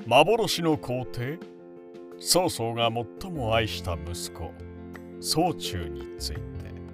幻の皇帝曹操が最も愛した息子曹忠について。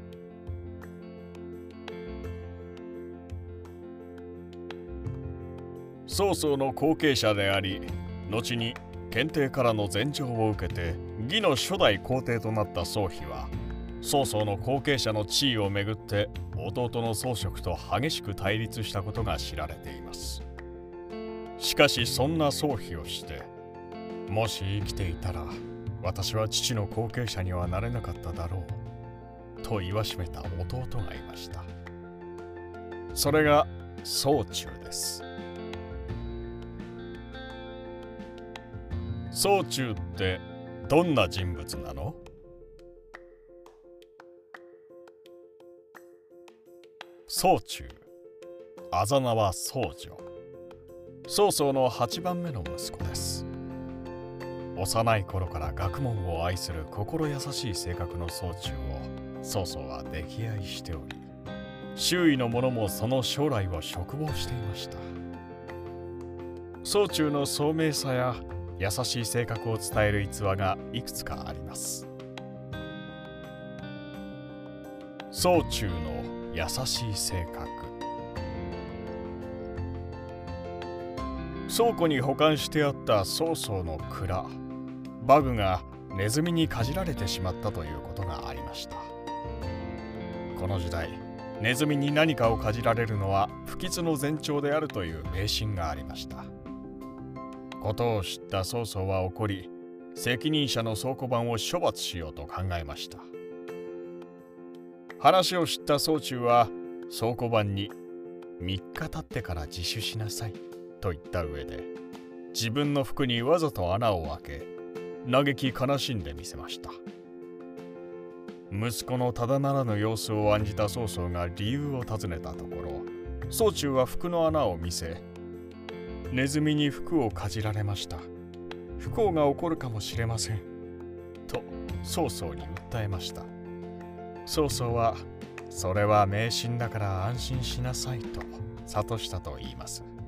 曹操の後継者であり、後に検定からの禅譲を受けて魏の初代皇帝となった曹丕は、曹操の後継者の地位をめぐって弟の曹植と激しく対立したことが知られています。しかしそんな曹丕をして、もし生きていたら私は父の後継者にはなれなかっただろうと言わしめた弟がいました。それが曹忠です。曹忠ってどんな人物なの？曹忠、あざ名は曹植。曹操の8番目の息子です。幼い頃から学問を愛する心優しい性格の曹忠を曹操は溺愛しており、周囲の者もその将来を嘱望していました。曹忠の聡明さや優しい性格を伝える逸話がいくつかあります。曹忠の優しい性格。倉庫に保管してあった曹操の蔵、馬具がネズミにかじられてしまったということがありました。この時代、ネズミに何かをかじられるのは不吉の前兆であるという迷信がありました。ことを知った曹操は怒り、責任者の倉庫番を処罰しようと考えました。話を知った曹忠は倉庫番に3日経ってから自首しなさいと言った上で、自分の服にわざと穴を開け嘆き悲しんでみせました。息子のただならぬ様子を案じた曹操が理由を尋ねたところ、曹忠は服の穴を見せ、ネズミに服をかじられました。不幸が起こるかもしれませんと曹操に訴えました。曹操はそれは迷信だから安心しなさいと諭したと言います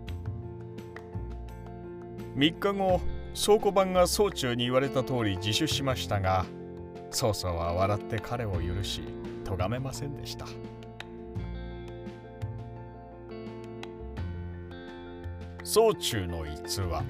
。3日後、倉庫番が曹忠に言われた通り自首しましたが、曹操は笑って彼を許し咎めませんでした。曹忠の逸話。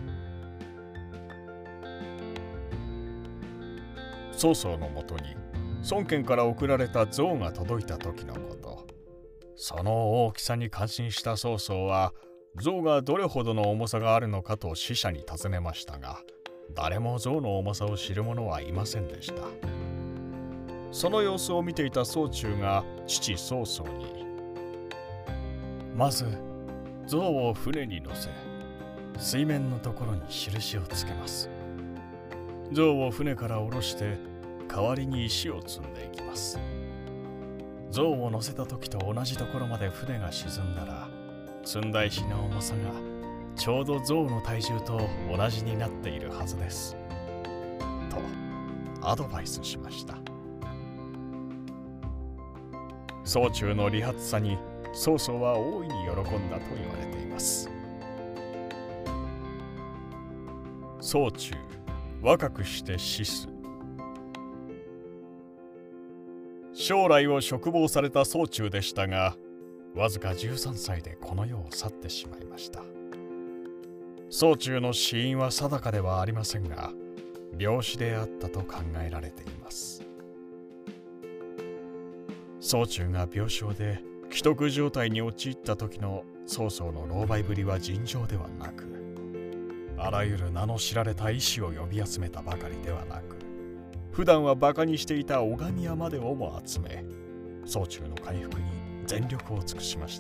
曹操のもとに孫権から送られた像が届いた時のこと。その大きさに感心した曹操は、像がどれほどの重さがあるのかと使者に尋ねましたが、誰も像の重さを知る者はいませんでした。その様子を見ていた曹忠が父曹操に、まず像を船に乗せ、水面のところに印をつけます。像を船から下ろして代わりに石を積んでいきます。像を乗せた時と同じところまで船が沈んだら、積んだ石の重さがちょうど象の体重と同じになっているはずですとアドバイスしました。曹忠の利発さに曹操は大いに喜んだと言われています。曹忠、若くして死す。将来を嘱望された曹忠でしたが、わずか13歳でこの世を去ってしまいました。曹忠の死因は定かではありませんが、病死であったと考えられています。曹忠が病床で危篤状態に陥った時の曹操の狼狽ぶりは尋常ではなく、あらゆる名の知られた医師を呼び集めたばかりではなく、普段はバカにしていた拝み屋までをも集め、曹忠の回復に全力を尽くしました。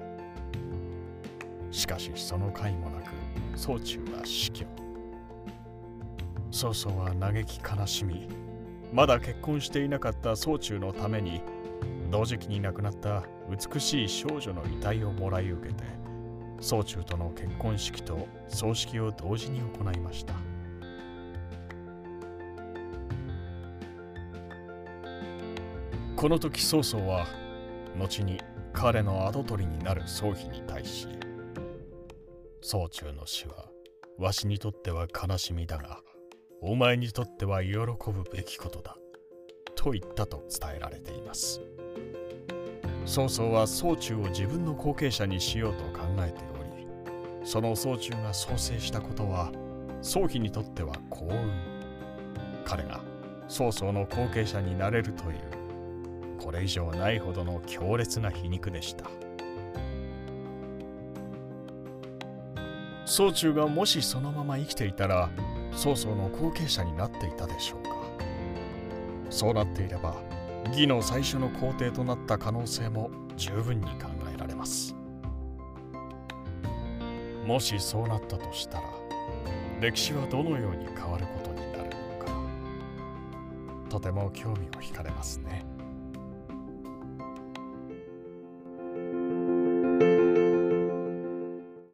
しかしその甲斐もなく曹忠は死去。曹操は嘆き悲しみ、まだ結婚していなかった曹忠のために同時期に亡くなった美しい少女の遺体をもらい受けて、曹忠との結婚式と葬式を同時に行いました。この時曹操は後に彼の跡取りになる曹丕に対し、曹忠の死はわしにとっては悲しみだが、お前にとっては喜ぶべきことだ。と言ったと伝えられています。曹操は曹中を自分の後継者にしようと考えており、その曹中が創生したことは曹丕にとっては幸運。彼が曹操の後継者になれるという、これ以上ないほどの強烈な皮肉でした。曹中がもしそのまま生きていたら、曹操の後継者になっていたでしょうか。そうなっていれば、魏の最初の皇帝となった可能性も十分に考えられます。もしそうなったとしたら、歴史はどのように変わることになるのか、とても興味を惹かれますね。